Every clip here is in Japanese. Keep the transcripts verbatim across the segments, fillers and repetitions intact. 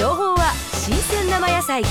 情報は新鮮生野菜。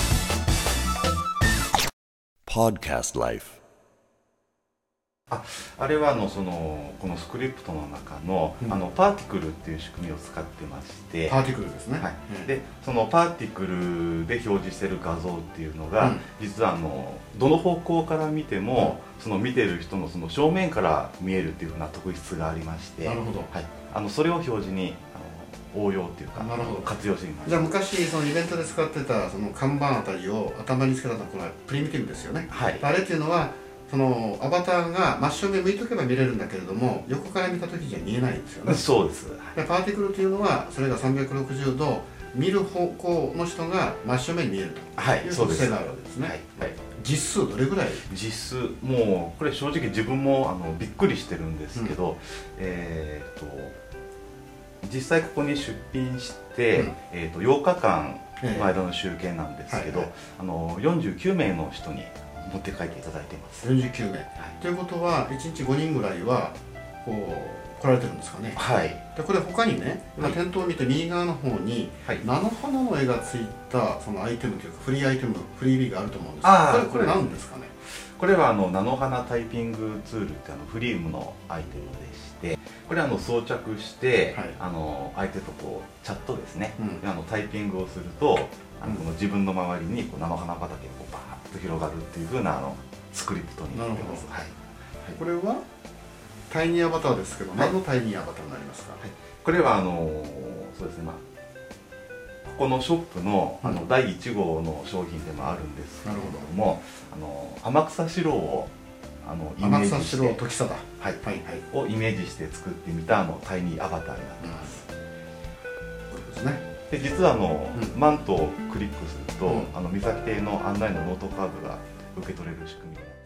Podcast Life。 あ, あれはあのそのこのスクリプトの中の、うん、あのパーティクルっていう仕組みを使ってまして、 パーティクルですね、 はい、 うん、 でそのパーティクルで表示している画像っていうのが、うん、実はあのどの方向から見ても、うん、その見てる人のその正面から見えるっていうふうな特質がありまして、 なるほど、 はい、あのそれを表示に応用っていうか、なるほど、活用しています。 じゃあ昔そのイベントで使ってたその看板あたりを頭につけたのはこれはプリミティブですよね、はい、あれっていうのはそのアバターが真正面向いておけば見れるんだけれども、横から見た時じゃ見えないんですよね。 そうです。 でパーティクルというのはそれがさんびゃくろくじゅうど見る方向の人が真正面に見えるという特性があるわけですね。はいはい、実数どれぐらい？ 実数もうこれ正直自分もあのびっくりしてるんですけど、うん、えー、っと実際ここに出品して、うん、えー、とようかかんの間の集計なんですけど、あのよんじゅうきゅうめいの人に持って帰っていただいています。 よんじゅうきゅうめい、はい、ということはいちにちごにんぐらいはこう来られてるんですかね。はい。でこれ他にね、今店頭を見て右側の方に、はい、菜の花の絵がついたそのアイテムというかフリーアイテム、フリービーがあると思うんですけど、これこれ何ですかね。 これはあの菜の花タイピングツールってあのフリームのアイテムでして、これあの装着して、はい、あの相手とこうチャットですね、うん、あのタイピングをするとあのこの自分の周りにこう菜の花畑がこうバーッと広がるっていう風なあのスクリプトになってます。はい、 これはタイニーアバターですけど、はい、何のタイニーアバターになりますか。はい、 これはあのそうですね、まあここのショップ の, あのだいいちごうの商品でもあるんですけれども、あの天草四郎をあのイメージして、天草四郎時貞、はいはいはい、をイメージして作ってみたあのタイニーアバターになってます。 うん、そうですね。 で実はあの、うん、マントをクリックすると、うん、あの三崎邸の案内のノートカードが受け取れる仕組みになってます。